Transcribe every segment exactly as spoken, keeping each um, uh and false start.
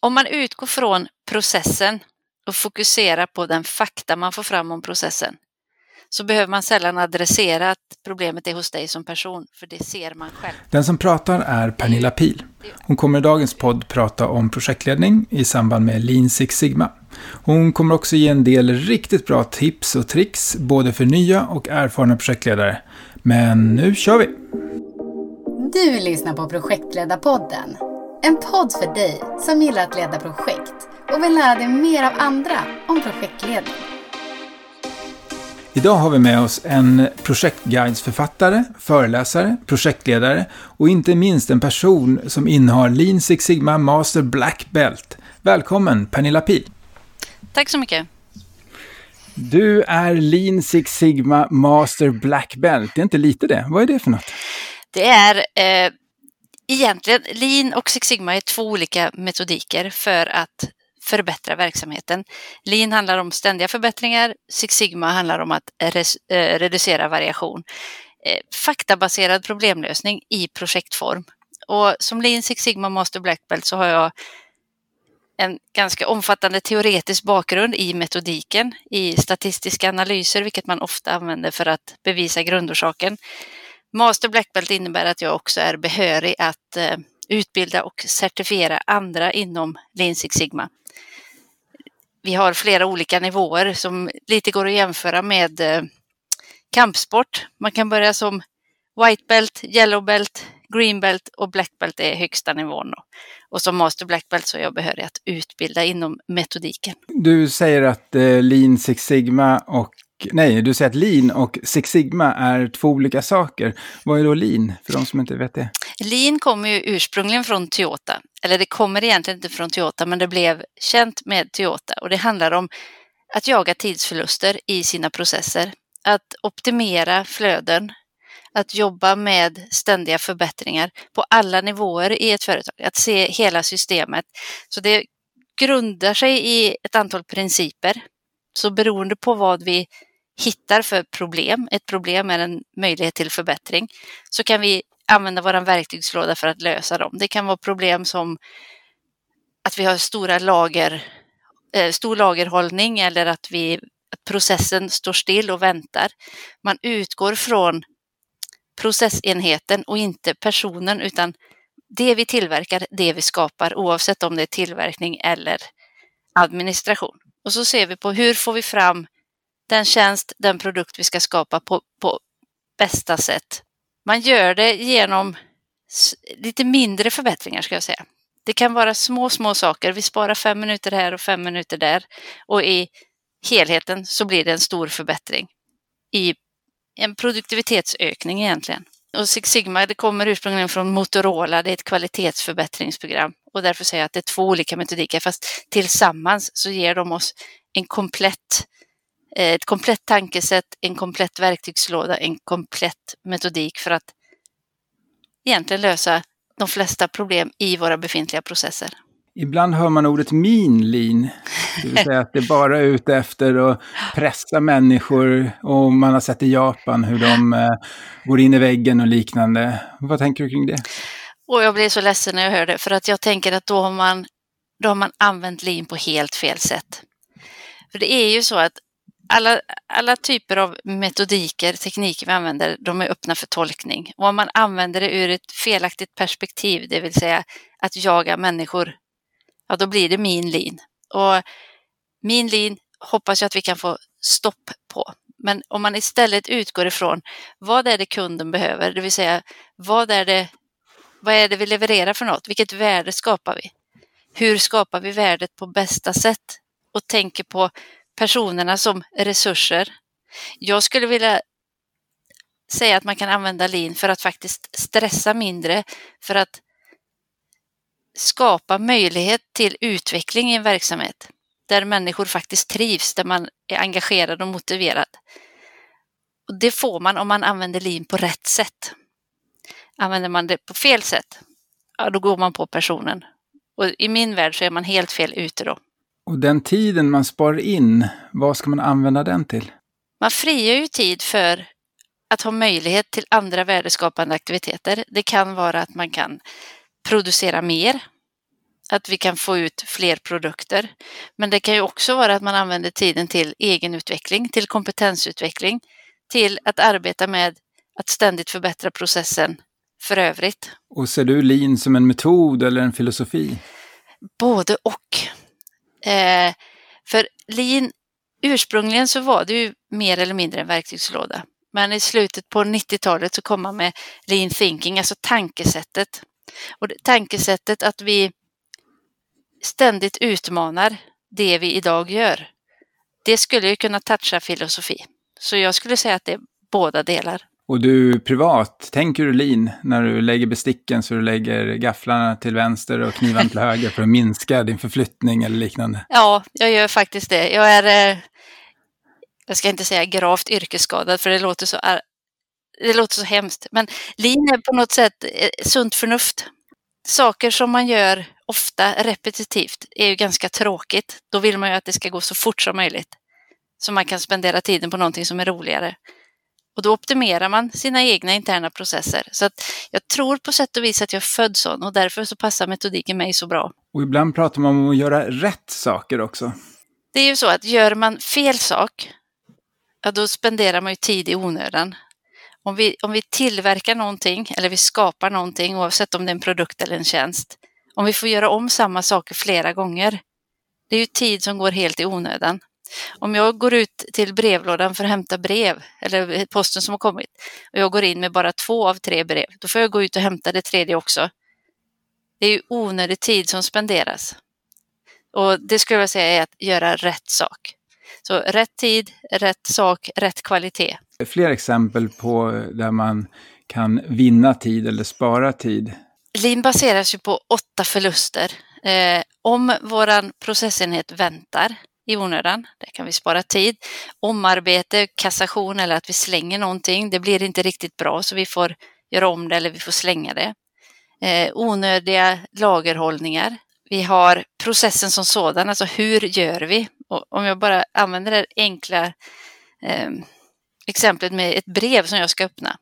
Om man utgår från processen och fokuserar på den fakta man får fram om processen, så behöver man sällan adressera att problemet är hos dig som person, för det ser man själv. Den som pratar är Pernilla Pihl. Hon kommer i dagens podd prata om projektledning i samband med Lean Six Sigma. Hon kommer också ge en del riktigt bra tips och tricks, både för nya och erfarna projektledare. Men nu kör vi! Du lyssnar på Projektledarpodden. En podd för dig som gillar att leda projekt och vill lära dig mer av andra om projektledning. Idag har vi med oss en projektguidesförfattare, föreläsare, projektledare och inte minst en person som innehar Lean Six Sigma Master Black Belt. Välkommen Pernilla Pihl. Tack så mycket. Du är Lean Six Sigma Master Black Belt. Det är inte lite det. Vad är det för något? Det är eh, egentligen, Lean och Six Sigma är två olika metodiker för att förbättra verksamheten. Lean handlar om ständiga förbättringar, Six Sigma handlar om att res, eh, reducera variation. Eh, faktabaserad problemlösning i projektform. Och som Lean Six Sigma Master Black Belt så har jag en ganska omfattande teoretisk bakgrund i metodiken, i statistiska analyser, vilket man ofta använder för att bevisa grundorsaken. Master Black Belt innebär att jag också är behörig att eh, utbilda och certifiera andra inom Lean Six Sigma. Vi har flera olika nivåer som lite går att jämföra med eh, kampsport. Man kan börja som white belt, yellow belt, green belt och black belt är högsta nivån. Då. Och som master black belt så är jag behörig att utbilda inom metodiken. Du säger att eh, Lean Six Sigma och nej, du säger att Lean och Six Sigma är två olika saker. Vad är då Lean för de som inte vet det? Lean kommer ju ursprungligen från Toyota. Eller det kommer egentligen inte från Toyota, men det blev känt med Toyota. Och det handlar om att jaga tidsförluster i sina processer. Att optimera flöden. Att jobba med ständiga förbättringar på alla nivåer i ett företag. Att se hela systemet. Så det grundar sig i ett antal principer. Så beroende på vad vi hittar för problem, ett problem är en möjlighet till förbättring, så kan vi använda vår verktygslåda för att lösa dem. Det kan vara problem som att vi har stora lager, eh, stor lagerhållning eller att, vi, att processen står still och väntar. Man utgår från processenheten och inte personen, utan det vi tillverkar, det vi skapar, oavsett om det är tillverkning eller administration. Och så ser vi på hur får vi fram den tjänst, den produkt vi ska skapa på, på bästa sätt. Man gör det genom lite mindre förbättringar ska jag säga. Det kan vara små, små saker. Vi sparar fem minuter här och fem minuter där. Och i helheten så blir det en stor förbättring. I en produktivitetsökning egentligen. Och Six Sigma det kommer ursprungligen från Motorola. Det är ett kvalitetsförbättringsprogram. Och därför säger jag att det är två olika metodiker. Fast tillsammans så ger de oss en komplett, ett komplett tankesätt, en komplett verktygslåda, en komplett metodik för att egentligen lösa de flesta problem i våra befintliga processer. Ibland hör man ordet mean lean. Det vill säga att det bara är ute efter att pressa människor. Och man har sett i Japan hur de eh, går in i väggen och liknande. Vad tänker du kring det? Och jag blir så ledsen när jag hör det. För att jag tänker att då har man, då har man använt lean på helt fel sätt. För det är ju så att alla, alla typer av metodiker, tekniker vi använder, de är öppna för tolkning. Och om man använder det ur ett felaktigt perspektiv, det vill säga att jaga människor, ja då blir det mean lean. Och mean lean hoppas jag att vi kan få stopp på. Men om man istället utgår ifrån vad är det kunden behöver, det vill säga vad är det, vad är det vi levererar för något, vilket värde skapar vi? Hur skapar vi värdet på bästa sätt? Och tänker på personerna som resurser. Jag skulle vilja säga att man kan använda lean för att faktiskt stressa mindre, för att skapa möjlighet till utveckling i en verksamhet där människor faktiskt trivs, där man är engagerad och motiverad. Och det får man om man använder lean på rätt sätt. Använder man det på fel sätt, ja, då går man på personen. Och i min värld så är man helt fel ute då. Och den tiden man sparar in, vad ska man använda den till? Man frigör ju tid för att ha möjlighet till andra värdeskapande aktiviteter. Det kan vara att man kan producera mer. att vi kan få ut fler produkter. Men det kan ju också vara att man använder tiden till egenutveckling, till kompetensutveckling, till att arbeta med att ständigt förbättra processen för övrigt. Och ser du Lean som en metod eller en filosofi? Både och. Eh, för Lean, ursprungligen så var det ju mer eller mindre en verktygslåda. Men i slutet på nittiotalet så kom man med Lean thinking, alltså tankesättet. Och det, tankesättet att vi ständigt utmanar det vi idag gör. Det skulle ju kunna toucha filosofi. Så jag skulle säga att det är båda delar. Och du privat, tänker du Lean när du lägger besticken så du lägger gafflarna till vänster och kniven till höger för att minska din förflyttning eller liknande? Ja, jag gör faktiskt det. Jag är, eh, jag ska inte säga gravt yrkesskadad för det låter så, det låter så hemskt. Men Lean är på något sätt eh, sunt förnuft. Saker som man gör ofta repetitivt är ju ganska tråkigt. Då vill man ju att det ska gå så fort som möjligt. Så man kan spendera tiden på någonting som är roligare. Och då optimerar man sina egna interna processer. Så att jag tror på sätt och vis att jag är född sån och därför så passar metodiken mig så bra. Och ibland pratar man om att göra rätt saker också. Det är ju så att gör man fel sak, ja då spenderar man ju tid i onödan. Om vi, om vi tillverkar någonting eller vi skapar någonting, oavsett om det är en produkt eller en tjänst, om vi får göra om samma saker flera gånger, det är ju tid som går helt i onödan. Om jag går ut till brevlådan för att hämta brev eller posten som har kommit och jag går in med bara två av tre brev, då får jag gå ut och hämta det tredje också. Det är ju onödig tid som spenderas. Och det skulle jag säga är att göra rätt sak. Så rätt tid, rätt sak, rätt kvalitet. Fler exempel på där man kan vinna tid eller spara tid? Lean baseras ju på åtta förluster. Eh, om våran processenhet väntar i onödan, där kan vi spara tid. Omarbete, kassation eller att vi slänger någonting, det blir inte riktigt bra så vi får göra om det eller vi får slänga det. Eh, onödiga lagerhållningar. Vi har processen som sådan, alltså hur gör vi? Och om jag bara använder det enkla eh, exemplet med ett brev som jag ska öppna.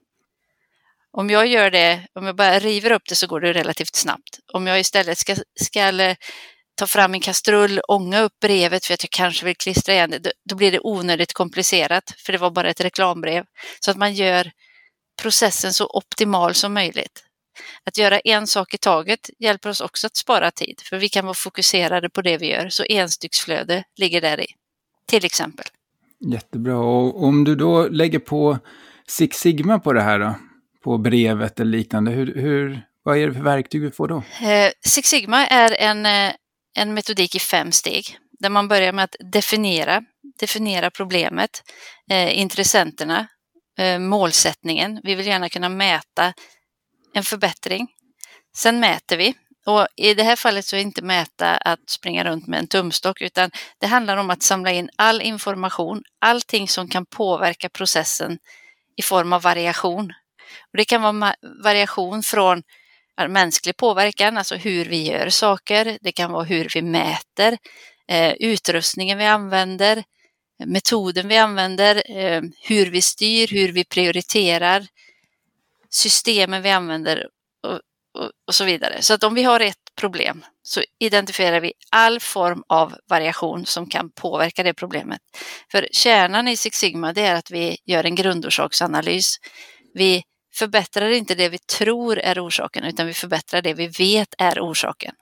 Om jag gör det, om jag bara river upp det så går det relativt snabbt. Om jag istället ska, ska ta fram en kastrull, ånga upp brevet för att jag kanske vill klistra igen det, då blir det onödigt komplicerat för det var bara ett reklambrev. Så att man gör processen så optimal som möjligt. Att göra en sak i taget hjälper oss också att spara tid, för vi kan vara fokuserade på det vi gör, så enstycksflöde ligger där i, till exempel. Jättebra, och om du då lägger på Six Sigma på det här då, på brevet eller liknande, hur, hur, vad är det för verktyg vi får då? Eh, Six Sigma är en, en metodik i fem steg, där man börjar med att definiera, definiera problemet, eh, intressenterna, eh, målsättningen. Vi vill gärna kunna mäta en förbättring. Sen mäter vi. Och i det här fallet så är inte mäta att springa runt med en tumstock, utan det handlar om att samla in all information, allting som kan påverka processen i form av variation. Och det kan vara variation från mänsklig påverkan, alltså hur vi gör saker. Det kan vara hur vi mäter, eh, utrustningen vi använder, metoden vi använder, eh, hur vi styr, hur vi prioriterar, systemen vi använder och, och, och så vidare. Så att om vi har ett problem så identifierar vi all form av variation som kan påverka det problemet. För kärnan i Six Sigma, det är att vi gör en grundorsaksanalys. Vi förbättrar inte det vi tror är orsaken, utan vi förbättrar det vi vet är orsaken.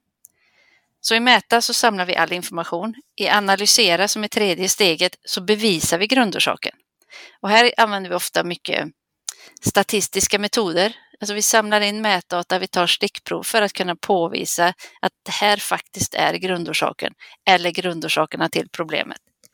Så i mäta så samlar vi all information. I analysera, som är tredje steget, så bevisar vi grundorsaken. Och här använder vi ofta mycket statistiska metoder. Alltså vi samlar in mätdata, vi tar stickprov för att kunna påvisa att det här faktiskt är grundorsaken eller grundorsakerna till problemet.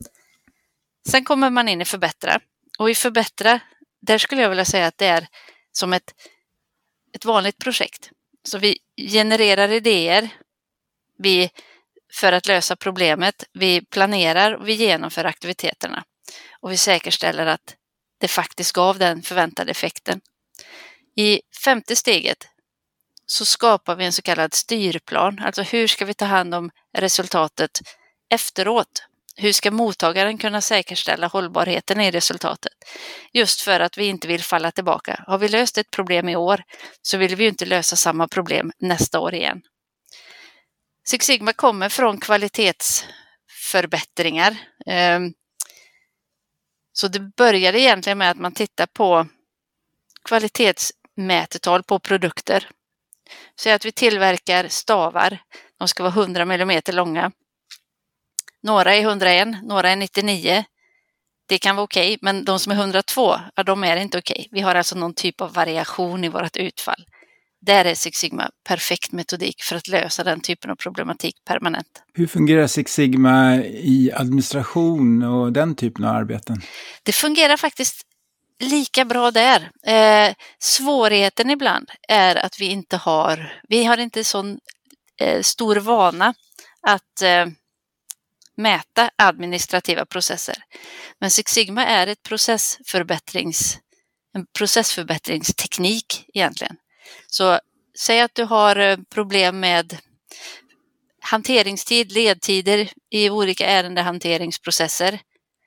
Sen kommer man in i förbättra. Och i förbättra, där skulle jag vilja säga att det är som ett, ett vanligt projekt. Så vi genererar idéer vi, för att lösa problemet. Vi planerar och vi genomför aktiviteterna. Och vi säkerställer att det faktiskt gav den förväntade effekten. I femte steget så skapar vi en så kallad styrplan. Alltså hur ska vi ta hand om resultatet efteråt? Hur ska mottagaren kunna säkerställa hållbarheten i resultatet? Just för att vi inte vill falla tillbaka. Har vi löst ett problem i år så vill vi ju inte lösa samma problem nästa år igen. Six Sigma kommer från kvalitetsförbättringar. Så det började egentligen med att man tittar på kvalitetsmätetal på produkter. Så att vi tillverkar stavar. De ska vara hundra millimeter långa. Några är hundraen, några är nittionio. Det kan vara okej, men de som är hundratvå, ja, de är inte okej. Vi har alltså någon typ av variation i vårt utfall. Där är Six Sigma perfekt metodik för att lösa den typen av problematik permanent. Hur fungerar Six Sigma i administration och den typen av arbeten? Det fungerar faktiskt lika bra där. Eh, svårigheten ibland är att vi inte har, vi har inte sån eh, stor vana att eh, mäta administrativa processer. Men Six Sigma är ett processförbättrings, en processförbättringsteknik egentligen. Så säg att du har problem med hanteringstid, ledtider i olika ärendehanteringsprocesser.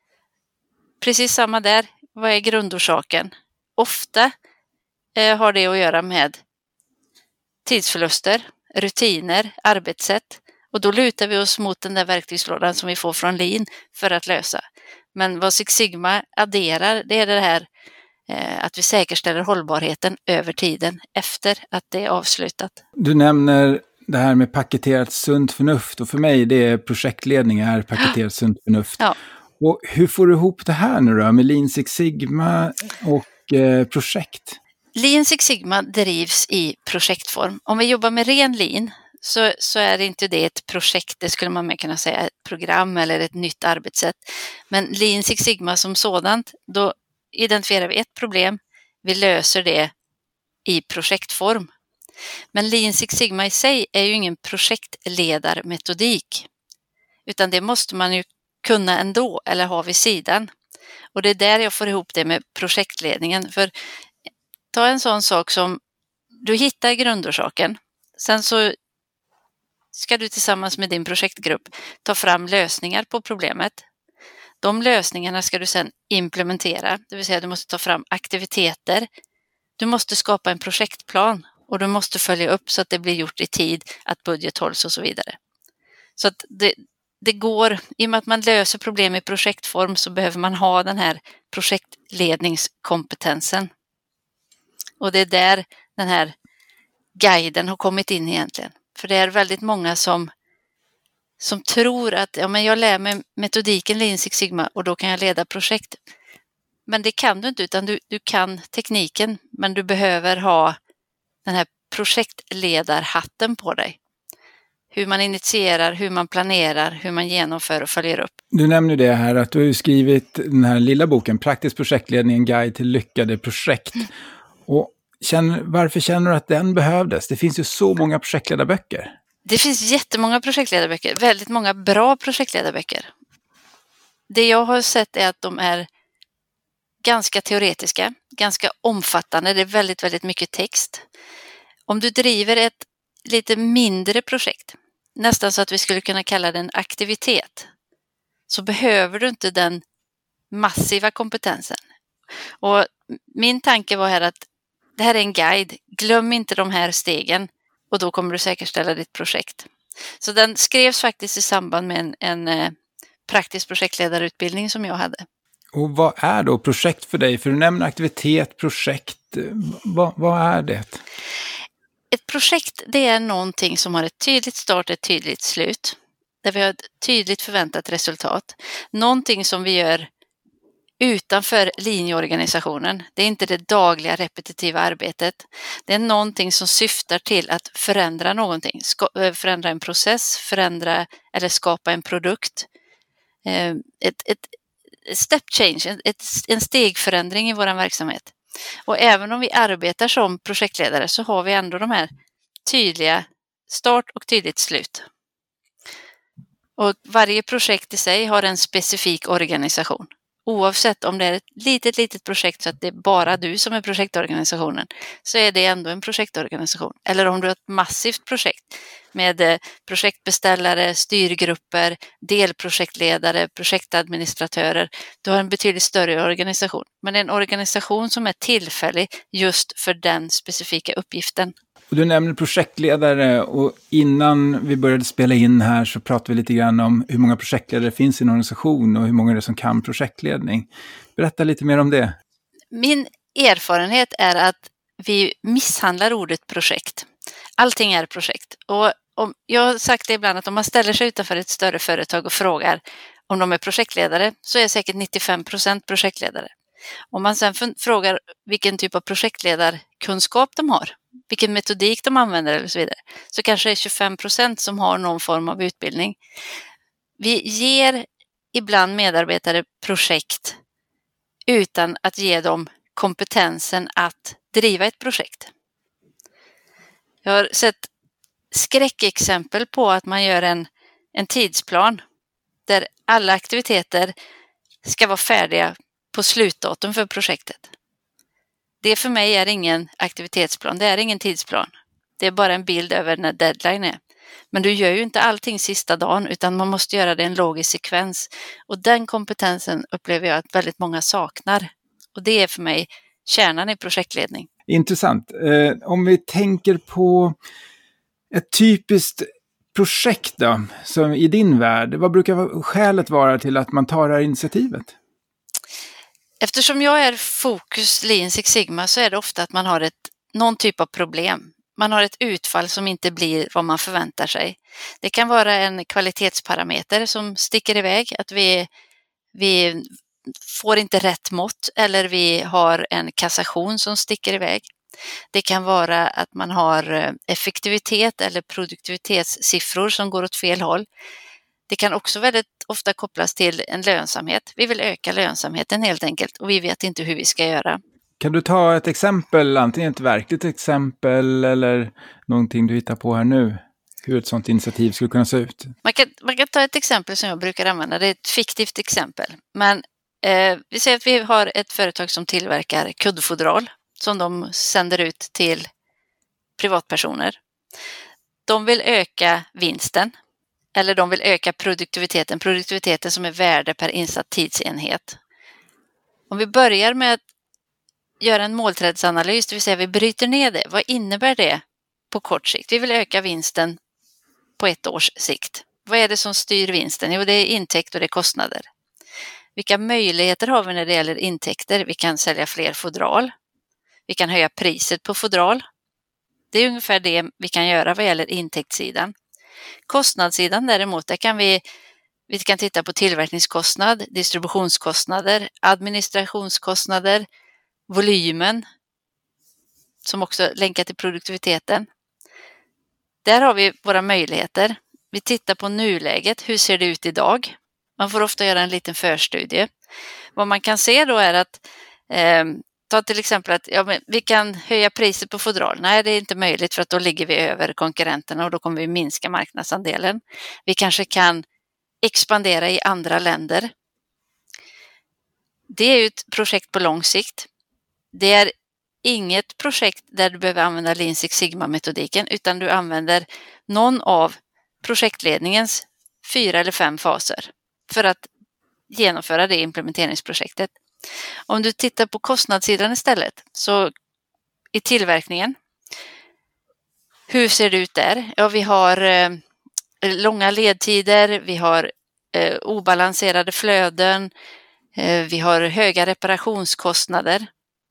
Precis samma där. Vad är grundorsaken? Ofta eh, har det att göra med tidsförluster, rutiner, arbetssätt. Och då lutar vi oss mot den där verktygslådan som vi får från Lean för att lösa. Men vad Six Sigma adderar, det är det här eh, att vi säkerställer hållbarheten över tiden efter att det är avslutat. Du nämner det här med paketerat sunt förnuft, och för mig det är projektledning är paketerat sunt förnuft. Ja. Och hur får du ihop det här nu då med Lean Six Sigma och eh, projekt? Lean Six Sigma drivs i projektform. Om vi jobbar med ren Lean så, så är det inte det ett projekt, det skulle man mer kunna säga ett program eller ett nytt arbetssätt. Men Lean Six Sigma som sådant, då identifierar vi ett problem, vi löser det i projektform. Men Lean Six Sigma i sig är ju ingen projektledarmetodik, utan det måste man ju kunna ändå eller ha vid sidan. Och det är där jag får ihop det med projektledningen. För ta en sån sak som du hittar grundorsaken. Sen så ska du tillsammans med din projektgrupp ta fram lösningar på problemet. De lösningarna ska du sedan implementera. Det vill säga du måste ta fram aktiviteter. Du måste skapa en projektplan och du måste följa upp så att det blir gjort i tid, att budget hålls och så vidare. Så att det Det går, i och med att man löser problem i projektform så behöver man ha den här projektledningskompetensen. Och det är där den här guiden har kommit in egentligen. För det är väldigt många som, som tror att ja, men jag lär mig metodiken Lean Six Sigma och då kan jag leda projekt. Men det kan du inte, utan du, du kan tekniken, men du behöver ha den här projektledarhatten på dig. Hur man initierar, hur man planerar, hur man genomför och följer upp. Du nämner det här att du har skrivit den här lilla boken Praktisk projektledning, en guide till lyckade projekt. Mm. Och känner, varför känner du att den behövdes? Det finns ju så många projektledarböcker. Det finns jättemånga projektledarböcker, väldigt många bra projektledarböcker. Det jag har sett är att de är ganska teoretiska, ganska omfattande, det är väldigt, väldigt mycket text. Om du driver ett lite mindre projekt, nästan så att vi skulle kunna kalla det en aktivitet, så behöver du inte den massiva kompetensen. Och min tanke var här att det här är en guide, glöm inte de här stegen och då kommer du säkerställa ditt projekt. Så den skrevs faktiskt i samband med en, en eh, praktisk projektledarutbildning som jag hade. Och vad är då projekt för dig? För du nämner aktivitet, projekt, vad, vad är det? Ett projekt, det är någonting som har ett tydligt start och ett tydligt slut. Där vi har ett tydligt förväntat resultat. Någonting som vi gör utanför linjeorganisationen. Det är inte det dagliga repetitiva arbetet. Det är någonting som syftar till att förändra någonting. Förändra en process, förändra eller skapa en produkt. Ett, ett step change, ett, en stegförändring i vår verksamhet. Och även om vi arbetar som projektledare så har vi ändå de här tydliga start och tydligt slut. Och varje projekt i sig har en specifik organisation. Oavsett om det är ett litet, litet projekt så att det är bara du som är projektorganisationen, så är det ändå en projektorganisation. Eller om du har ett massivt projekt med projektbeställare, styrgrupper, delprojektledare, projektadministratörer. Du har en betydligt större organisation. Men det är en organisation som är tillfällig just för den specifika uppgiften. Och du nämner projektledare, och innan vi började spela in här så pratade vi lite grann om hur många projektledare finns i en organisation och hur många det är som kan projektledning. Berätta lite mer om det. Min erfarenhet är att vi misshandlar ordet projekt. Allting är projekt. Och om, jag har sagt det ibland att om man ställer sig utanför ett större företag och frågar om de är projektledare så är säkert nittiofem procent projektledare. Om man sedan frågar vilken typ av projektledarkunskap de har, vilken metodik de använder eller så vidare, så kanske det är tjugofem procent som har någon form av utbildning. Vi ger ibland medarbetare projekt utan att ge dem kompetensen att driva ett projekt. Jag har sett skräckexempel på att man gör en, en tidsplan där alla aktiviteter ska vara färdiga på slutdatum för projektet. Det för mig är ingen aktivitetsplan, det är ingen tidsplan. Det är bara en bild över när deadline är. Men du gör ju inte allting sista dagen utan man måste göra det i en logisk sekvens. Och den kompetensen upplever jag att väldigt många saknar. Och det är för mig kärnan i projektledning. Intressant. Eh, om vi tänker på ett typiskt projekt då, som i din värld, vad brukar skälet vara till att man tar det här initiativet? Eftersom jag är fokus Lean Six Sigma så är det ofta att man har ett, någon typ av problem. Man har ett utfall som inte blir vad man förväntar sig. Det kan vara en kvalitetsparameter som sticker iväg, att vi, vi får inte rätt mått eller vi har en kassation som sticker iväg. Det kan vara att man har effektivitet eller produktivitetssiffror som går åt fel håll. Det kan också väldigt ofta kopplas till en lönsamhet. Vi vill öka lönsamheten helt enkelt och vi vet inte hur vi ska göra. Kan du ta ett exempel, antingen ett verkligt exempel eller någonting du hittar på här nu? Hur ett sådant initiativ skulle kunna se ut? Man kan, man kan ta ett exempel som jag brukar använda. Det är ett fiktivt exempel. Men eh, vi säger att vi har ett företag som tillverkar kuddfodral som de sänder ut till privatpersoner. De vill öka vinsten. Eller de vill öka produktiviteten, produktiviteten som är värde per insatt tidsenhet. Om vi börjar med att göra en målträdsanalys, det vill säga vi bryter ner det. Vad innebär det på kort sikt? Vi vill öka vinsten på ett års sikt. Vad är det som styr vinsten? Jo, det är intäkt och det är kostnader. Vilka möjligheter har vi när det gäller intäkter? Vi kan sälja fler fodral. Vi kan höja priset på fodral. Det är ungefär det vi kan göra vad gäller intäktssidan. Kostnadssidan däremot, där kan vi, vi kan titta på tillverkningskostnad, distributionskostnader, administrationskostnader, volymen som också länkar till produktiviteten. Där har vi våra möjligheter. Vi tittar på nuläget, hur ser det ut idag? Man får ofta göra en liten förstudie. Vad man kan se då är att eh, ta till exempel att ja, men vi kan höja priset på fodral. Nej, det är inte möjligt för att då ligger vi över konkurrenterna och då kommer vi minska marknadsandelen. Vi kanske kan expandera i andra länder. Det är ju ett projekt på lång sikt. Det är inget projekt där du behöver använda Lean Six Sigma-metodiken utan du använder någon av projektledningens fyra eller fem faser för att genomföra det implementeringsprojektet. Om du tittar på kostnadssidan istället, så i tillverkningen, hur ser det ut där? Ja, vi har eh, långa ledtider, vi har eh, obalanserade flöden, eh, vi har höga reparationskostnader.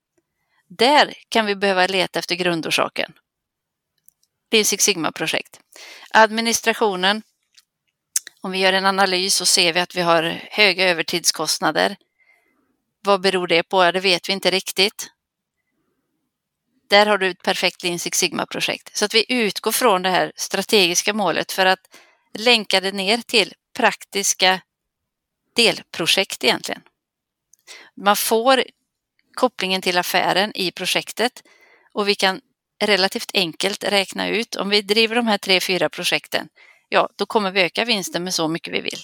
Där kan vi behöva leta efter grundorsaken. Lean Six Sigma-projekt. Administrationen, om vi gör en analys så ser vi att vi har höga övertidskostnader. Vad beror det på? Det vet vi inte riktigt. Där har du ett perfekt Lean Six Sigma-projekt. Så att vi utgår från det här strategiska målet för att länka det ner till praktiska delprojekt egentligen. Man får kopplingen till affären i projektet och vi kan relativt enkelt räkna ut om vi driver de här tre, fyra projekten, ja, då kommer vi öka vinsten med så mycket vi vill.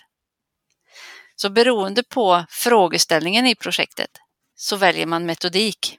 Så beroende på frågeställningen i projektet så väljer man metodik.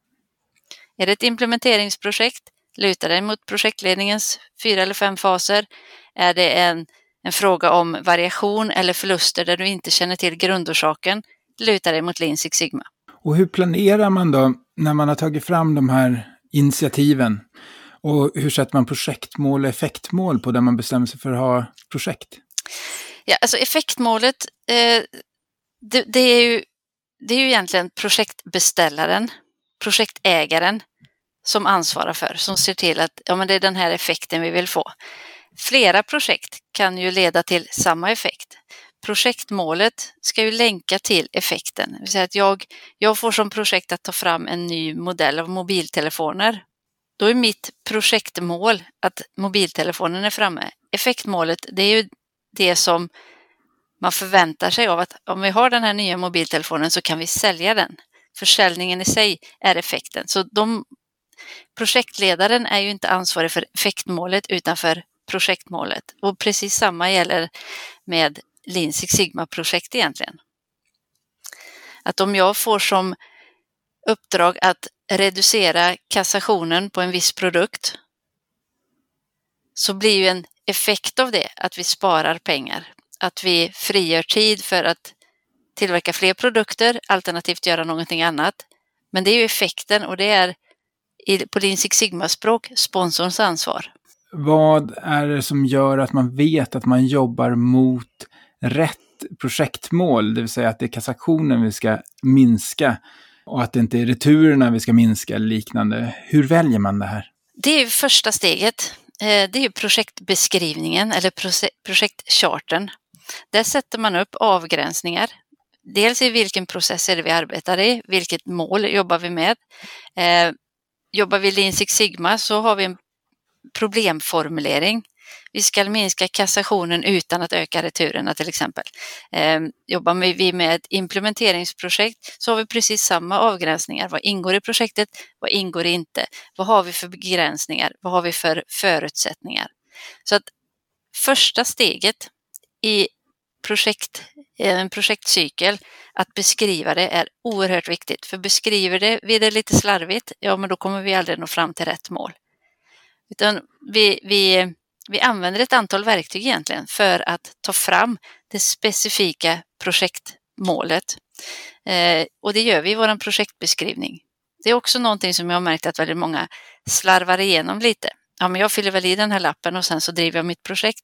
Är det ett implementeringsprojekt? Lutar det mot projektledningens fyra eller fem faser? Är det en, en fråga om variation eller förluster där du inte känner till grundorsaken? Lutar det mot Lean Six Sigma. Och hur planerar man då när man har tagit fram de här initiativen? Och hur sätter man projektmål och effektmål på där man bestämmer sig för att ha projekt? Ja, alltså effektmålet, eh, det, det, är ju, det är ju egentligen projektbeställaren, projektägaren som ansvarar för, som ser till att ja, men det är den här effekten vi vill få. Flera projekt kan ju leda till samma effekt. Projektmålet ska ju länka till effekten. Det vill säga att jag, jag får som projekt att ta fram en ny modell av mobiltelefoner. Då är mitt projektmål att mobiltelefonen är framme. Effektmålet, det är ju det som man förväntar sig av att om vi har den här nya mobiltelefonen så kan vi sälja den. Försäljningen i sig är effekten. Så de, projektledaren är ju inte ansvarig för effektmålet utan för projektmålet. Och precis samma gäller med Lean Six Sigma-projekt egentligen. Att om jag får som uppdrag att reducera kassationen på en viss produkt så blir ju en effekt av det att vi sparar pengar. Att vi frigör tid för att tillverka fler produkter, alternativt göra någonting annat. Men det är ju effekten och det är på Lean Six Sigma-språk sponsorns ansvar. Vad är det som gör att man vet att man jobbar mot rätt projektmål? Det vill säga att det är kassaktionen vi ska minska och att det inte är returerna vi ska minska eller liknande. Hur väljer man det här? Det är ju första steget. Det är ju projektbeskrivningen eller projektcharten. Där sätter man upp avgränsningar. Dels i vilken process är det vi arbetar i, vilket mål jobbar vi med. Eh, jobbar vi Lean Six Sigma så har vi en problemformulering. Vi ska minska kassationen utan att öka returerna till exempel. Eh, jobbar vi med ett implementeringsprojekt så har vi precis samma avgränsningar. Vad ingår i projektet? Vad ingår inte? Vad har vi för begränsningar? Vad har vi för förutsättningar? Så att första steget i projekt, en projektcykel, att beskriva det är oerhört viktigt. För beskriver det, vi det lite slarvigt, ja men då kommer vi aldrig nå fram till rätt mål. Utan vi, vi, vi använder ett antal verktyg egentligen för att ta fram det specifika projektmålet. Eh, och det gör vi i vår projektbeskrivning. Det är också någonting som jag har märkt att väldigt många slarvar igenom lite. Ja men jag fyller väl i den här lappen och sen så driver jag mitt projekt.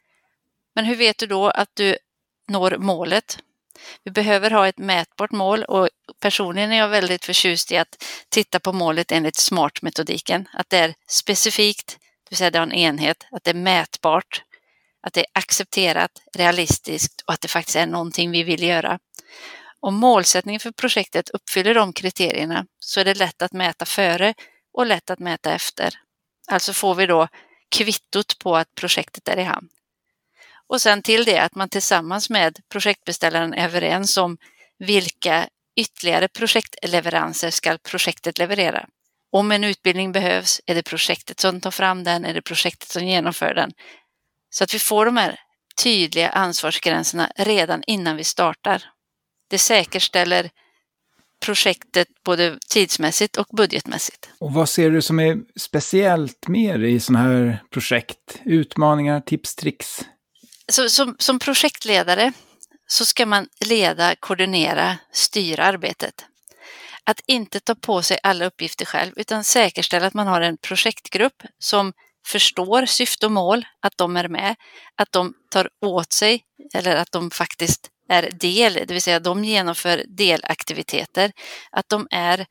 Men hur vet du då att du når målet? Vi behöver ha ett mätbart mål och personligen är jag väldigt förtjust i att titta på målet enligt SMART-metodiken. Att det är specifikt, det vill säga det har en enhet, att det är mätbart, att det är accepterat, realistiskt och att det faktiskt är någonting vi vill göra. Om målsättningen för projektet uppfyller de kriterierna så är det lätt att mäta före och lätt att mäta efter. Alltså får vi då kvittot på att projektet är i hamn. Och sen till det att man tillsammans med projektbeställaren är överens om vilka ytterligare projektleveranser ska projektet leverera. Om en utbildning behövs, är det projektet som tar fram den, är det projektet som genomför den. Så att vi får de här tydliga ansvarsgränserna redan innan vi startar. Det säkerställer projektet både tidsmässigt och budgetmässigt. Och vad ser du som är speciellt mer i sådana här projekt? Utmaningar, tips, tricks? Så, som, som projektledare så ska man leda, koordinera, styra arbetet. Att inte ta på sig alla uppgifter själv utan säkerställa att man har en projektgrupp som förstår syfte och mål, att de är med, att de tar åt sig eller att de faktiskt är del, det vill säga de genomför delaktiviteter, att de är,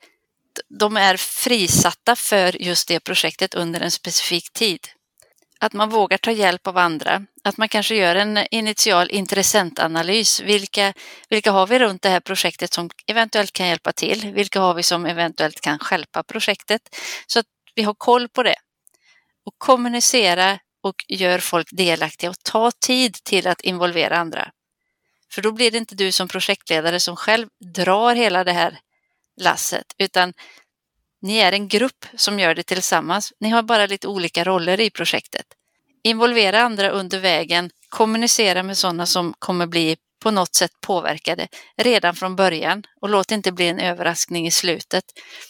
de är frisatta för just det projektet under en specifik tid. Att man vågar ta hjälp av andra, att man kanske gör en initial intressentanalys. Vilka, vilka har vi runt det här projektet som eventuellt kan hjälpa till? Vilka har vi som eventuellt kan stjälpa projektet? Så att vi har koll på det. Och kommunicera och gör folk delaktiga och ta tid till att involvera andra. För då blir det inte du som projektledare som själv drar hela det här lasset, utan ni är en grupp som gör det tillsammans. Ni har bara lite olika roller i projektet. Involvera andra under vägen, kommunicera med sådana som kommer bli på något sätt påverkade redan från början och låt det inte bli en överraskning i slutet.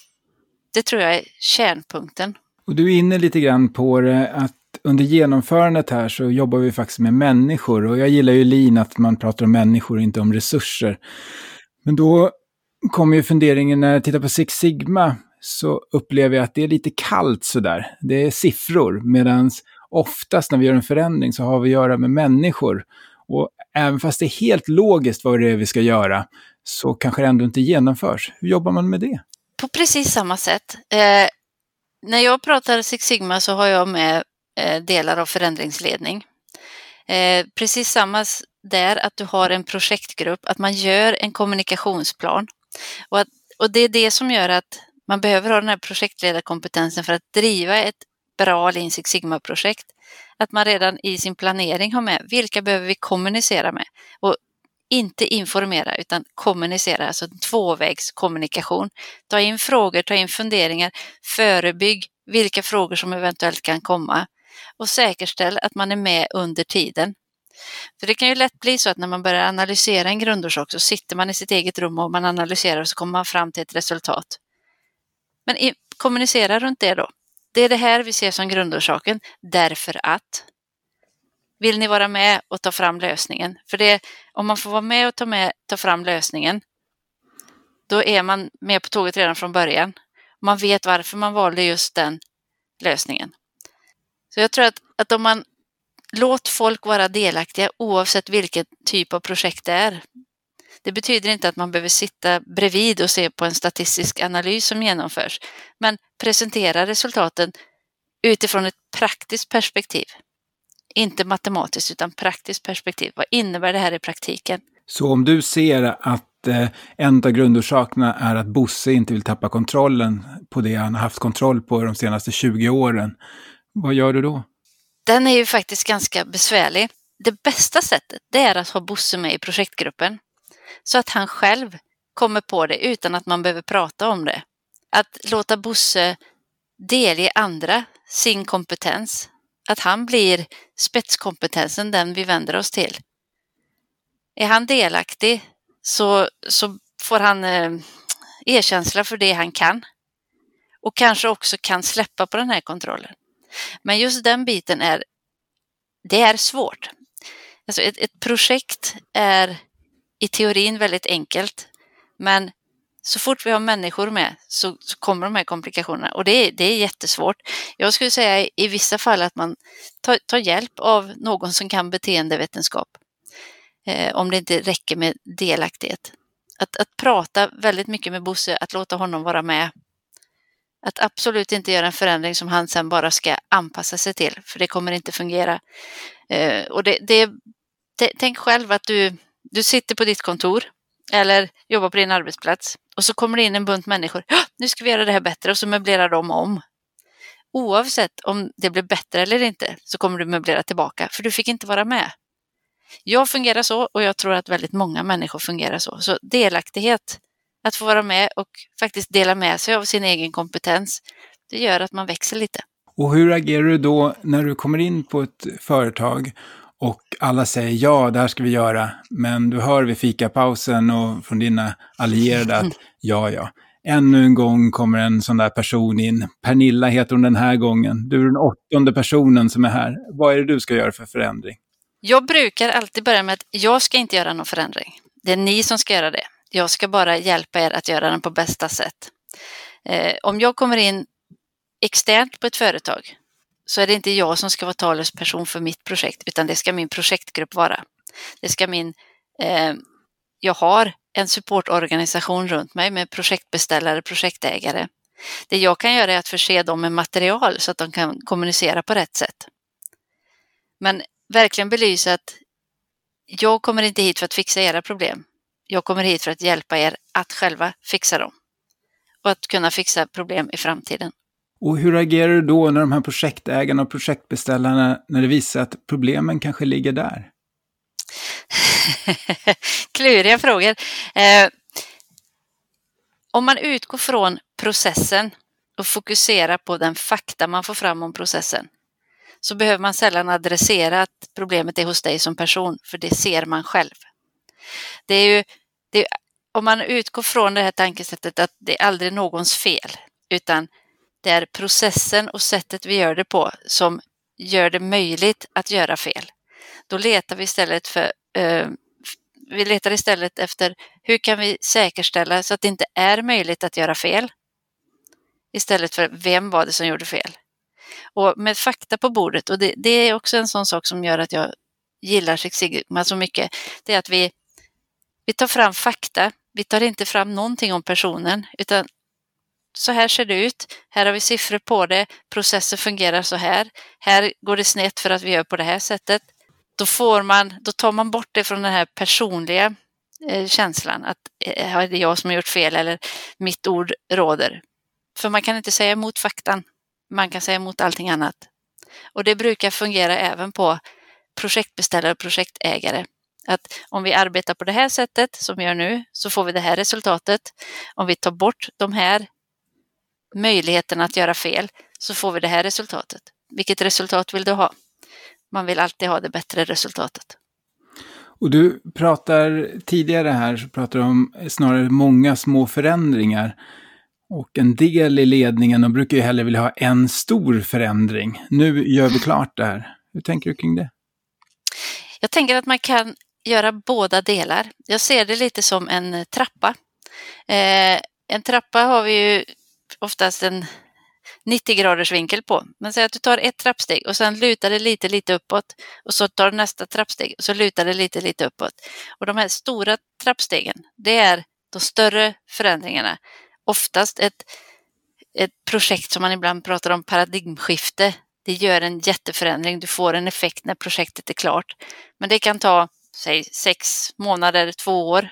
Det tror jag är kärnpunkten. Och du är inne lite grann på det att under genomförandet här så jobbar vi faktiskt med människor och jag gillar ju Lean att man pratar om människor och inte om resurser. Men då kommer ju funderingen när jag tittar på Six Sigma så upplever jag att det är lite kallt sådär. Det är siffror, medan oftast när vi gör en förändring så har vi att göra med människor. Och även fast det är helt logiskt vad det är vi ska göra, så kanske det ändå inte genomförs. Hur jobbar man med det? På precis samma sätt. Eh, när jag pratar Six Sigma så har jag med eh, delar av förändringsledning. Eh, precis samma där, att du har en projektgrupp, att man gör en kommunikationsplan. Och, att, och det är det som gör att man behöver ha den här projektledarkompetensen för att driva ett bra Lean Six Sigma-projekt. Att man redan i sin planering har med vilka behöver vi kommunicera med. Och inte informera utan kommunicera, alltså tvåvägskommunikation. Ta in frågor, ta in funderingar, förebygg vilka frågor som eventuellt kan komma och säkerställ att man är med under tiden. För det kan ju lätt bli så att när man börjar analysera en grundorsak så sitter man i sitt eget rum och man analyserar och så kommer man fram till ett resultat. Men i, kommunicera runt det då. Det är det här vi ser som grundorsaken därför att vill ni vara med och ta fram lösningen? För det, om man får vara med och ta, med, ta fram lösningen, då är man med på tåget redan från början. Man vet varför man valde just den lösningen. Så jag tror att, att om man låter folk vara delaktiga oavsett vilken typ av projekt det är. Det betyder inte att man behöver sitta bredvid och se på en statistisk analys som genomförs. Men presentera resultaten utifrån ett praktiskt perspektiv. Inte matematiskt utan praktiskt perspektiv. Vad innebär det här i praktiken? Så om du ser att eh, en av grundorsakerna är att Bosse inte vill tappa kontrollen på det han har haft kontroll på de senaste tjugo åren. Vad gör du då? Den är ju faktiskt ganska besvärlig. Det bästa sättet det är att ha Bosse med i projektgruppen. Så att han själv kommer på det utan att man behöver prata om det. Att låta Bosse delge andra sin kompetens. Att han blir spetskompetensen, den vi vänder oss till. Är han delaktig så, så får han eh, erkänsla för det han kan. Och kanske också kan släppa på den här kontrollen. Men just den biten är, det är svårt. Alltså ett, ett projekt är i teorin väldigt enkelt. Men så fort vi har människor med så, så kommer de här komplikationerna. Och det är, det är jättesvårt. Jag skulle säga i vissa fall att man tar, tar hjälp av någon som kan beteendevetenskap. Eh, om det inte räcker med delaktighet. Att, att prata väldigt mycket med Bosse, att låta honom vara med. Att absolut inte göra en förändring som han sen bara ska anpassa sig till. För det kommer inte fungera. Eh, och det, det, det, tänk själv att du, du sitter på ditt kontor. Eller jobbar på din arbetsplats. Och så kommer det in en bunt människor. Nu ska vi göra det här bättre. Och så möblerar de om. Oavsett om det blir bättre eller inte. Så kommer du möblera tillbaka. För du fick inte vara med. Jag fungerar så. Och jag tror att väldigt många människor fungerar så. Så delaktighet. Att få vara med och faktiskt dela med sig av sin egen kompetens. Det gör att man växer lite. Och hur agerar du då när du kommer in på ett företag och alla säger ja, det här ska vi göra. Men du hör vid fikapausen och från dina allierade att ja, ja. Ännu en gång kommer en sån där person in. Pernilla heter hon den här gången. Du är den åttonde personen som är här. Vad är det du ska göra för förändring? Jag brukar alltid börja med att jag ska inte göra någon förändring. Det är ni som ska göra det. Jag ska bara hjälpa er att göra den på bästa sätt. Eh, om jag kommer in externt på ett företag så är det inte jag som ska vara talesperson för mitt projekt utan det ska min projektgrupp vara. Det ska min, eh, jag har en supportorganisation runt mig med projektbeställare, projektägare. Det jag kan göra är att förse dem med material så att de kan kommunicera på rätt sätt. Men verkligen belysa att jag kommer inte hit för att fixa era problem. Jag kommer hit för att hjälpa er att själva fixa dem. Och att kunna fixa problem i framtiden. Och hur agerar du då när de här projektägarna och projektbeställarna, när det visar att problemen kanske ligger där? Kluriga frågor. Eh, om man utgår från processen och fokuserar på den fakta man får fram om processen så behöver man sällan adressera att problemet är hos dig som person, för det ser man själv. Det är ju, det är, om man utgår från det här tankesättet att det är aldrig någons fel, utan det är processen och sättet vi gör det på som gör det möjligt att göra fel. Då letar vi istället för eh, vi letar istället efter hur kan vi säkerställa så att det inte är möjligt att göra fel. istället för vem var det som gjorde fel. Och med fakta på bordet, och det, det är också en sån sak som gör att jag gillar Six Sigma så mycket, det är att vi, vi tar fram fakta. Vi tar inte fram någonting om personen, utan så här ser det ut. Här har vi siffror på det. Processen fungerar så här. Här går det snett för att vi gör på det här sättet. Då, får man, då tar man bort det från den här personliga eh, känslan att eh, är det jag som har gjort fel eller mitt ord råder. För man kan inte säga emot faktan. Man kan säga emot allting annat. Och det brukar fungera även på projektbeställare och projektägare. Att om vi arbetar på det här sättet som vi gör nu så får vi det här resultatet. Om vi tar bort de här möjligheterna att göra fel så får vi det här resultatet. Vilket resultat vill du ha? Man vill alltid ha det bättre resultatet. Och du pratar tidigare här så pratar du om snarare många små förändringar. Och en del i ledningen och brukar ju hellre vilja ha en stor förändring. Nu gör vi klart det här. Hur tänker du kring det? Jag tänker att man kan göra båda delar. Jag ser det lite som en trappa. Eh, en trappa har vi ju oftast en nittio graders vinkel på. Men säg att du tar ett trappsteg och sen lutar det lite, lite uppåt. Och så tar du nästa trappsteg och så lutar det lite, lite uppåt. Och de här stora trappstegen, det är de större förändringarna. Oftast ett, ett projekt som man ibland pratar om paradigmskifte. Det gör en jätteförändring. Du får en effekt när projektet är klart. Men det kan ta, säg, sex månader, två år.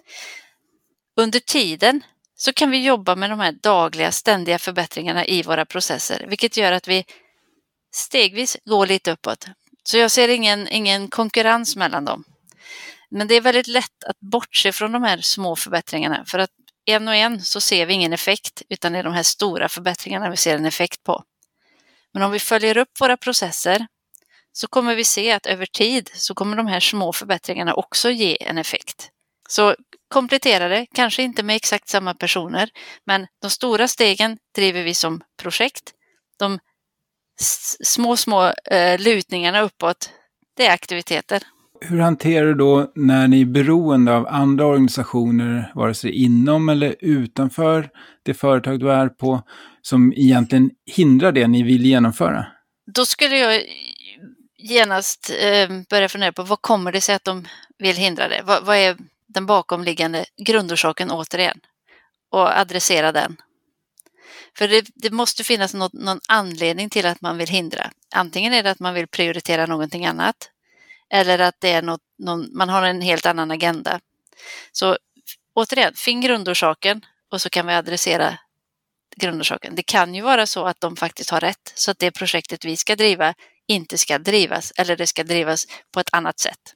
Under tiden så kan vi jobba med de här dagliga, ständiga förbättringarna i våra processer. Vilket gör att vi stegvis går lite uppåt. Så jag ser ingen, ingen konkurrens mellan dem. Men det är väldigt lätt att bortse från de här små förbättringarna. För att en och en så ser vi ingen effekt, utan det är de här stora förbättringarna vi ser en effekt på. Men om vi följer upp våra processer så kommer vi se att över tid så kommer de här små förbättringarna också ge en effekt. Så komplettera det, kanske inte med exakt samma personer, men de stora stegen driver vi som projekt. De små, små eh, lutningarna uppåt, det är aktiviteter. Hur hanterar du då när ni är beroende av andra organisationer, vare sig inom eller utanför det företag du är på, som egentligen hindrar det ni vill genomföra? Då skulle jag genast eh, börja fundera på vad kommer det sig att de vill hindra det? Vad, vad är den bakomliggande grundorsaken återigen? Och adressera den. För det, det måste finnas något, någon anledning till att man vill hindra. Antingen är det att man vill prioritera någonting annat. Eller att det är något, någon, man har en helt annan agenda. Så återigen, finn grundorsaken och så kan vi adressera grundorsaken. Det kan ju vara så att de faktiskt har rätt. Så att det projektet vi ska driva inte ska drivas. Eller det ska drivas på ett annat sätt.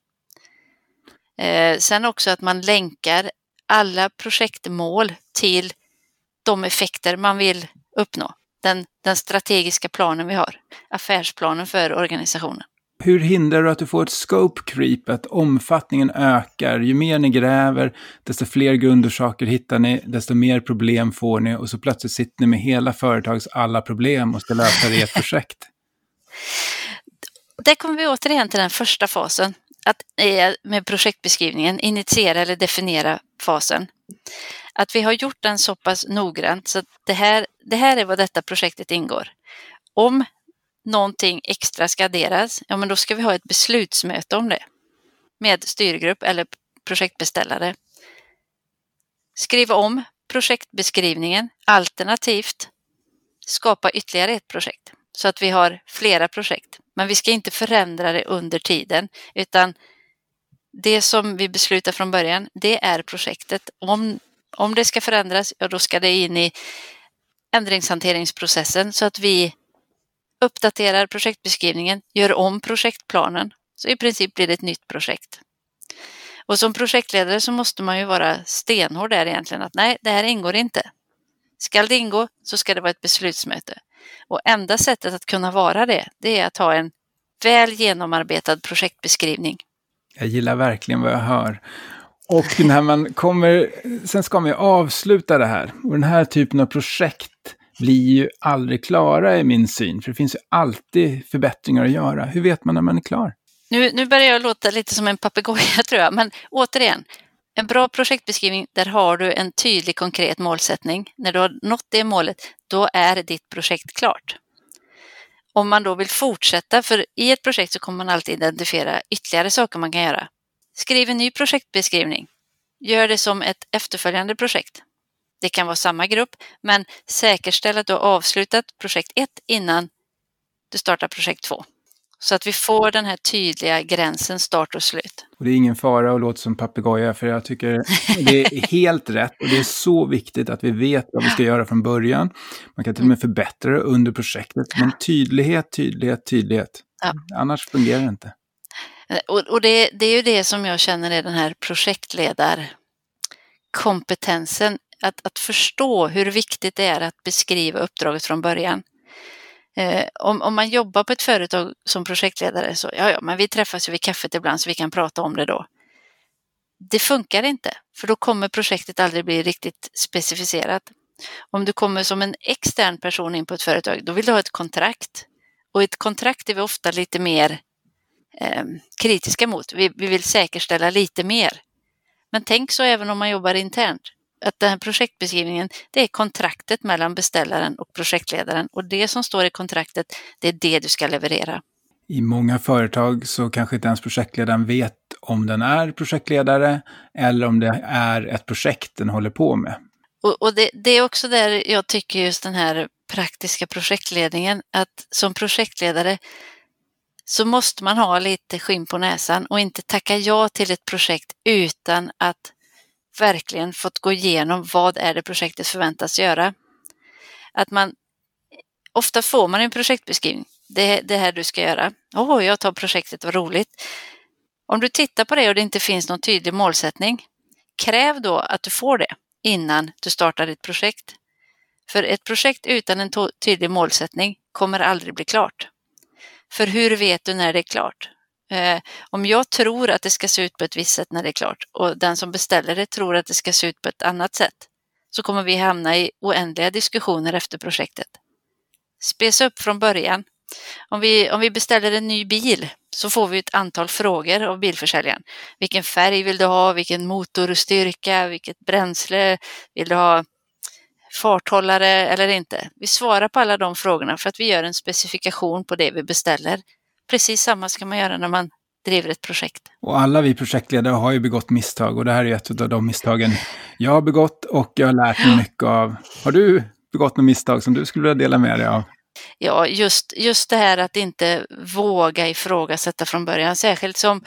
Eh, sen också att man länkar alla projektmål till de effekter man vill uppnå. Den, den strategiska planen vi har. Affärsplanen för organisationen. Hur hindrar du att du får ett scope creep, att omfattningen ökar? Ju mer ni gräver, desto fler grundorsaker hittar ni, desto mer problem får ni och så plötsligt sitter ni med hela företags alla problem och ska lösa det i ett projekt. Där kommer vi återigen till den första fasen, att med projektbeskrivningen, initiera eller definiera fasen. Att vi har gjort den så pass noggrant så att det här, det här är vad detta projektet ingår. Om någonting extra ska adderas, ja men då ska vi ha ett beslutsmöte om det med styrgrupp eller projektbeställare. Skriva om projektbeskrivningen, alternativt skapa ytterligare ett projekt så att vi har flera projekt. Men vi ska inte förändra det under tiden, utan det som vi beslutar från början, det är projektet. Om, om det ska förändras, ja då ska det in i ändringshanteringsprocessen så att vi uppdaterar projektbeskrivningen, gör om projektplanen, så i princip blir det ett nytt projekt. Och som projektledare så måste man ju vara stenhård där egentligen, att nej, det här ingår inte. Ska det ingå så ska det vara ett beslutsmöte. Och enda sättet att kunna vara det, det är att ha en väl genomarbetad projektbeskrivning. Jag gillar verkligen vad jag hör. Och när man kommer, sen ska man ju avsluta det här. Och den här typen av projekt blir ju aldrig klara i min syn. För det finns ju alltid förbättringar att göra. Hur vet man när man är klar? Nu, nu börjar jag låta lite som en papegoja tror jag. Men återigen, en bra projektbeskrivning, där har du en tydlig konkret målsättning. När du har nått det målet, då är ditt projekt klart. Om man då vill fortsätta, för i ett projekt så kommer man alltid identifiera ytterligare saker man kan göra. Skriv en ny projektbeskrivning. Gör det som ett efterföljande projekt. Det kan vara samma grupp, men säkerställ att du har avslutat projekt ett innan du startar projekt två. Så att vi får den här tydliga gränsen start och slut. Och det är ingen fara att låta som papegoja, för jag tycker det är helt rätt. Och det är så viktigt att vi vet vad vi ska göra från början. Man kan till och med förbättra det under projektet. Men tydlighet, tydlighet, tydlighet. Ja. Annars fungerar det inte. Och, och det, det är ju det som jag känner är den här projektledarkompetensen. Att, att förstå hur viktigt det är att beskriva uppdraget från början. Eh, om, om man jobbar på ett företag som projektledare så ja, ja, men vi träffas ju vid kaffet ibland så vi kan prata om det då. Det funkar inte, för då kommer projektet aldrig bli riktigt specificerat. Om du kommer som en extern person in på ett företag, då vill du ha ett kontrakt. Och ett kontrakt är vi ofta lite mer eh, kritiska mot. Vi, vi vill säkerställa lite mer. Men tänk så även om man jobbar internt. Att den här projektbeskrivningen, det är kontraktet mellan beställaren och projektledaren. Och det som står i kontraktet, det är det du ska leverera. I många företag så kanske inte ens projektledaren vet om den är projektledare eller om det är ett projekt den håller på med. Och, och det, det är också där jag tycker just den här praktiska projektledningen, att som projektledare så måste man ha lite skinn på näsan och inte tacka ja till ett projekt utan att verkligen fått gå igenom vad är det projektet förväntas göra. Att man, ofta får man en projektbeskrivning. Det, det här du ska göra. Åh, oh, jag tar projektet, vad roligt. Om du tittar på det och det inte finns någon tydlig målsättning, kräv då att du får det innan du startar ditt projekt. För ett projekt utan en to- tydlig målsättning kommer aldrig bli klart. För hur vet du när det är klart? Eh, om jag tror att det ska se ut på ett visst sätt när det är klart och den som beställer det tror att det ska se ut på ett annat sätt, så kommer vi hamna i oändliga diskussioner efter projektet. Spesa upp från början. Om vi, om vi beställer en ny bil så får vi ett antal frågor av bilförsäljaren. Vilken färg vill du ha? Vilken motorstyrka? Vilket bränsle? Vill du ha farthållare eller inte? Vi svarar på alla de frågorna för att vi gör en specifikation på det vi beställer. Precis samma ska man göra när man driver ett projekt. Och alla vi projektledare har ju begått misstag, och det här är ett av de misstagen jag har begått och jag har lärt mig mycket av. Har du begått något misstag som du skulle vilja dela med dig av? Ja, just, just det här att inte våga ifrågasätta från början, särskilt som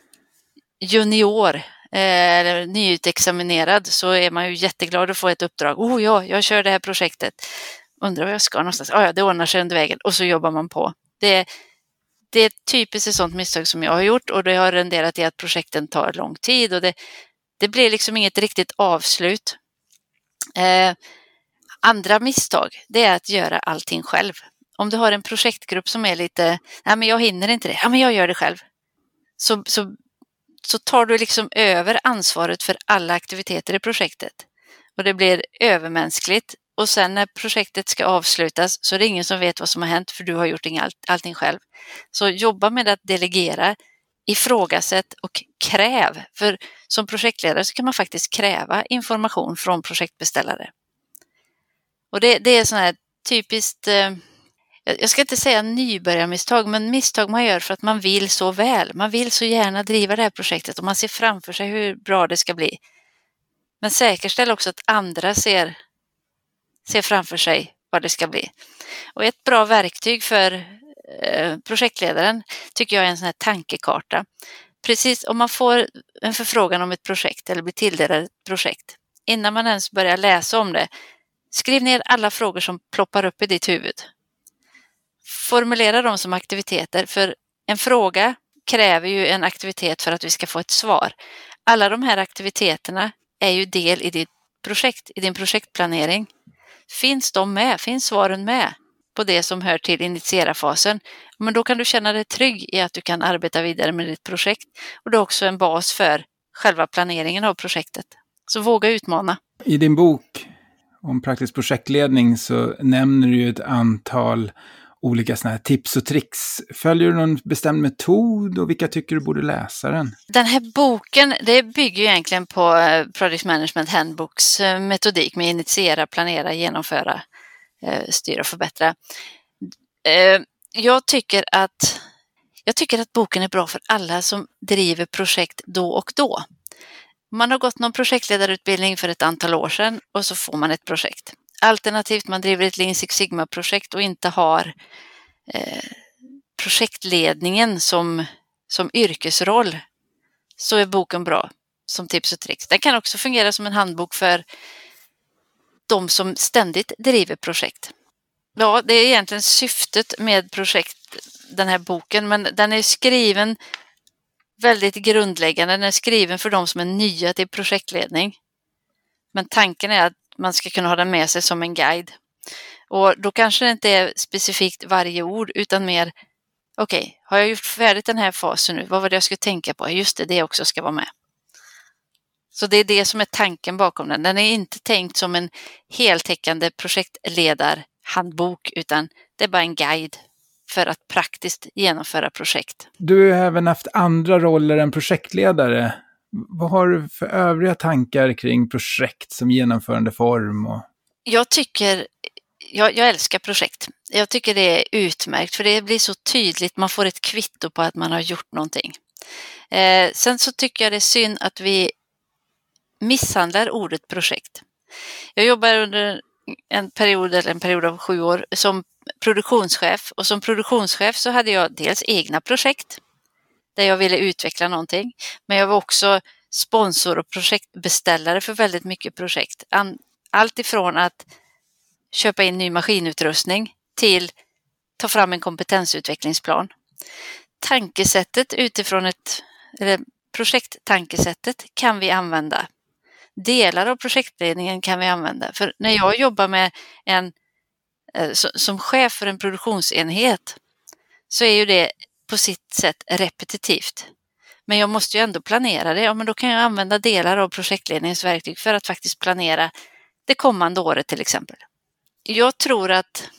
junior eh, eller nyutexaminerad, så är man ju jätteglad att få ett uppdrag. Oh ja, jag kör det här projektet. Undrar vad jag ska någonstans. Oh ja, det ordnar sig under vägen. Och så jobbar man på. Det, det är typiskt ett sånt misstag som jag har gjort, och det har renderat i att projekten tar lång tid och det, det blir liksom inget riktigt avslut. Eh, andra misstag, det är att göra allting själv. Om du har en projektgrupp som är lite, nej men jag hinner inte det, ja men jag gör det själv. Så, så, så tar du liksom över ansvaret för alla aktiviteter i projektet. Och det blir övermänskligt. Och sen när projektet ska avslutas så är det ingen som vet vad som har hänt, för du har gjort all, allting själv. Så jobba med att delegera, ifrågasätt och kräv. För som projektledare så kan man faktiskt kräva information från projektbeställare. Och det, det är sån här typiskt, eh, jag ska inte säga nybörjarmisstag, men misstag man gör för att man vill så väl. Man vill så gärna driva det här projektet och man ser framför sig hur bra det ska bli. Men säkerställ också att andra ser, ser framför sig vad det ska bli. Och ett bra verktyg för eh, projektledaren tycker jag är en sån här tankekarta. Precis om man får en förfrågan om ett projekt eller blir tilldelad ett projekt, innan man ens börjar läsa om det, skriv ner alla frågor som ploppar upp i ditt huvud. Formulera dem som aktiviteter, för en fråga kräver ju en aktivitet för att vi ska få ett svar. Alla de här aktiviteterna är ju del i ditt projekt, i din projektplanering. Finns de med? Finns svaren med på det som hör till initiera-fasen? Men då kan du känna dig trygg i att du kan arbeta vidare med ditt projekt. Och det är också en bas för själva planeringen av projektet. Så våga utmana. I din bok om praktisk projektledning så nämner du ju ett antal olika såna här tips och tricks. Följer du någon bestämd metod och vilka tycker du borde läsa den? Den här boken, det bygger ju egentligen på Project Management Handbooks metodik med initiera, planera, genomföra. eh, styra och förbättra. Eh, jag tycker att jag tycker att boken är bra för alla som driver projekt då och då. Man har gått någon projektledarutbildning för ett antal år sedan och så får man ett projekt. Alternativt man driver ett Lean Six Sigma-projekt och inte har eh, projektledningen som, som yrkesroll, så är boken bra som tips och tricks. Den kan också fungera som en handbok för de som ständigt driver projekt. Ja, det är egentligen syftet med projekt, den här boken, men den är skriven väldigt grundläggande. Den är skriven för de som är nya till projektledning. Men tanken är att man ska kunna ha den med sig som en guide. Och då kanske det inte är specifikt varje ord, utan mer, okej, okay, har jag gjort färdigt den här fasen nu? Vad var det jag skulle tänka på? Just det, det också ska vara med. Så det är det som är tanken bakom den. Den är inte tänkt som en heltäckande projektledarhandbok, utan det är bara en guide för att praktiskt genomföra projekt. Du har även haft andra roller än projektledare. Vad har du för övriga tankar kring projekt som genomförande form? Och... Jag tycker, jag, jag älskar projekt. Jag tycker det är utmärkt, för det blir så tydligt. Man får ett kvitto på att man har gjort någonting. Eh, sen så tycker jag det är synd att vi misshandlar ordet projekt. Jag jobbar under en period, eller en period av sju år som produktionschef, och som produktionschef så hade jag dels egna projekt där jag ville utveckla någonting, men jag var också sponsor och projektbeställare för väldigt mycket projekt. Allt ifrån att köpa in ny maskinutrustning till ta fram en kompetensutvecklingsplan. Tankesättet utifrån ett, eller projekttankesättet kan vi använda. Delar av projektledningen kan vi använda. För när jag jobbar med en som chef för en produktionsenhet så är ju det på sitt sätt repetitivt. Men jag måste ju ändå planera det. Ja, men då kan jag använda delar av projektledningens verktyg för att faktiskt planera det kommande året till exempel. Jag tror att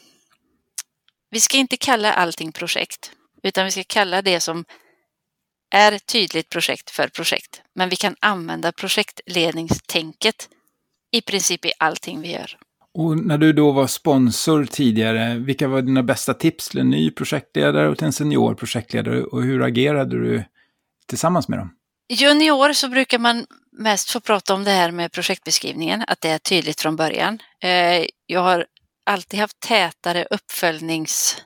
vi ska inte kalla allting projekt, utan vi ska kalla det som är ett tydligt projekt för projekt. Men vi kan använda projektledningstänket i princip i allting vi gör. Och när du då var sponsor tidigare, vilka var dina bästa tips till en ny projektledare och till en senior projektledare, och hur agerade du tillsammans med dem? Junior så brukar man mest få prata om det här med projektbeskrivningen, att det är tydligt från början. Jag har alltid haft tätare uppföljningsmöten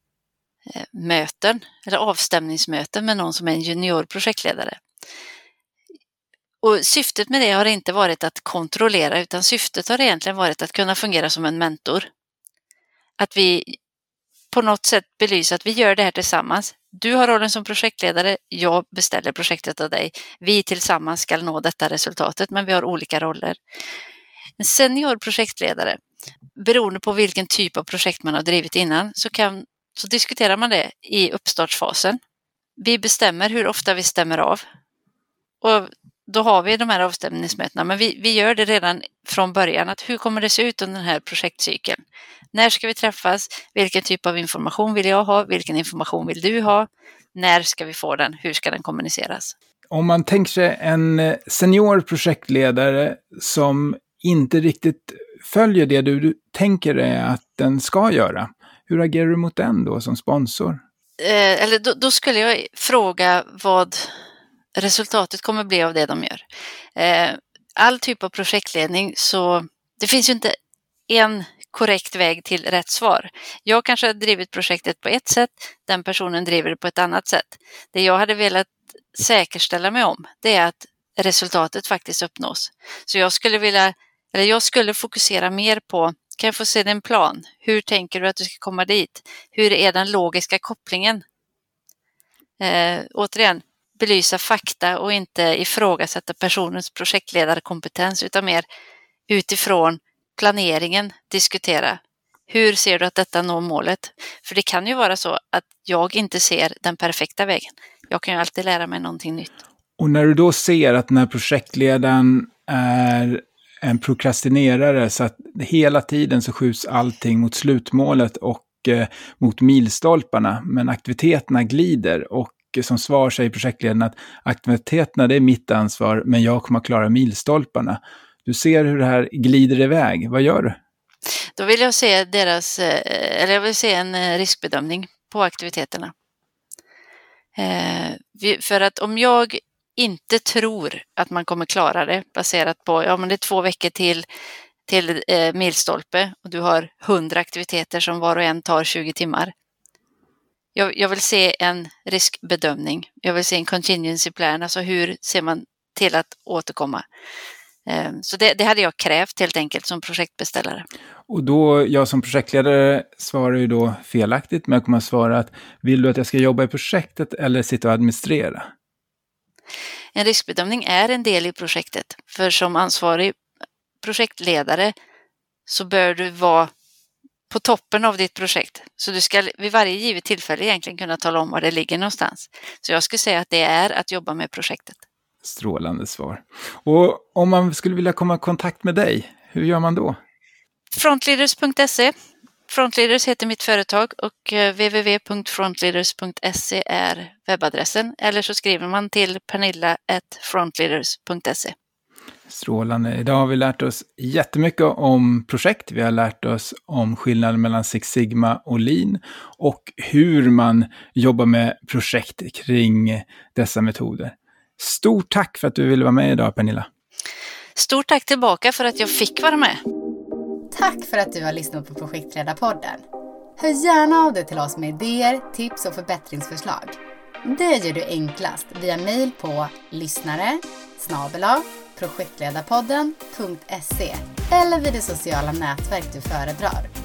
eller avstämningsmöten med någon som är en junior projektledare. Och syftet med det har inte varit att kontrollera, utan syftet har egentligen varit att kunna fungera som en mentor. Att vi på något sätt belyser att vi gör det här tillsammans. Du har rollen som projektledare, jag beställer projektet av dig. Vi tillsammans ska nå detta resultatet, men vi har olika roller. En senior projektledare, beroende på vilken typ av projekt man har drivit innan, så, kan, så diskuterar man det i uppstartsfasen. Vi bestämmer hur ofta vi stämmer av. Och då har vi de här avstämningsmötena, men vi, vi gör det redan från början. Att hur kommer det se ut under den här projektcykeln? När ska vi träffas? Vilken typ av information vill jag ha? Vilken information vill du ha? När ska vi få den? Hur ska den kommuniceras? Om man tänker sig en senior projektledare som inte riktigt följer det du, du tänker dig att den ska göra, hur agerar du mot den då som sponsor? Eh, eller då, då skulle jag fråga vad resultatet kommer bli av det de gör. Eh, all typ av projektledning, så det finns ju inte en korrekt väg till rätt svar. Jag kanske har drivit projektet på ett sätt, den personen driver det på ett annat sätt. Det jag hade velat säkerställa mig om, det är att resultatet faktiskt uppnås. Så jag skulle vilja, eller jag skulle fokusera mer på, kan jag få se din plan? Hur tänker du att du ska komma dit? Hur är den logiska kopplingen? Eh, återigen, belysa fakta och inte ifrågasätta personens projektledarkompetens, utan mer utifrån planeringen diskutera. Hur ser du att detta når målet? För det kan ju vara så att jag inte ser den perfekta vägen. Jag kan ju alltid lära mig någonting nytt. Och när du då ser att den här projektledaren är en prokrastinerare, så att hela tiden så skjuts allting mot slutmålet och eh, mot milstolparna, men aktiviteterna glider, och som svar säger projektledaren att aktiviteterna, det är mitt ansvar, men jag kommer att klara milstolparna. Du ser hur det här glider iväg. Vad gör du? Då vill jag se deras, eller jag vill se en riskbedömning på aktiviteterna. För att om jag inte tror att man kommer klara det baserat på, ja men det är två veckor till till eh, milstolpe och du har hundra aktiviteter som var och en tar tjugo timmar. Jag, jag vill se en riskbedömning. Jag vill se en contingency plan, alltså hur ser man till att återkomma. Eh, så det, det hade jag krävt helt enkelt som projektbeställare. Och då, jag som projektledare svarar ju då felaktigt, men jag kommer att svara att vill du att jag ska jobba i projektet eller sitta och administrera? En riskbedömning är en del i projektet, för som ansvarig projektledare så bör du vara på toppen av ditt projekt. Så du ska vid varje givet tillfälle egentligen kunna tala om var det ligger någonstans. Så jag skulle säga att det är att jobba med projektet. Strålande svar. Och om man skulle vilja komma i kontakt med dig, hur gör man då? Frontleaders punkt se. Frontleaders heter mitt företag och w w w punkt frontleaders punkt se är webbadressen. Eller så skriver man till pernilla at frontleaders punkt se. Strålande. Idag har vi lärt oss jättemycket om projekt. Vi har lärt oss om skillnaden mellan Six Sigma och Lean och hur man jobbar med projekt kring dessa metoder. Stort tack för att du ville vara med idag, Pernilla. Stort tack tillbaka för att jag fick vara med. Tack för att du har lyssnat på Projektledarpodden. Hör gärna av dig till oss med idéer, tips och förbättringsförslag. Det gör du enklast via mejl på lyssnare snabel-a projektledarpodden punkt se eller vid det sociala nätverk du föredrar.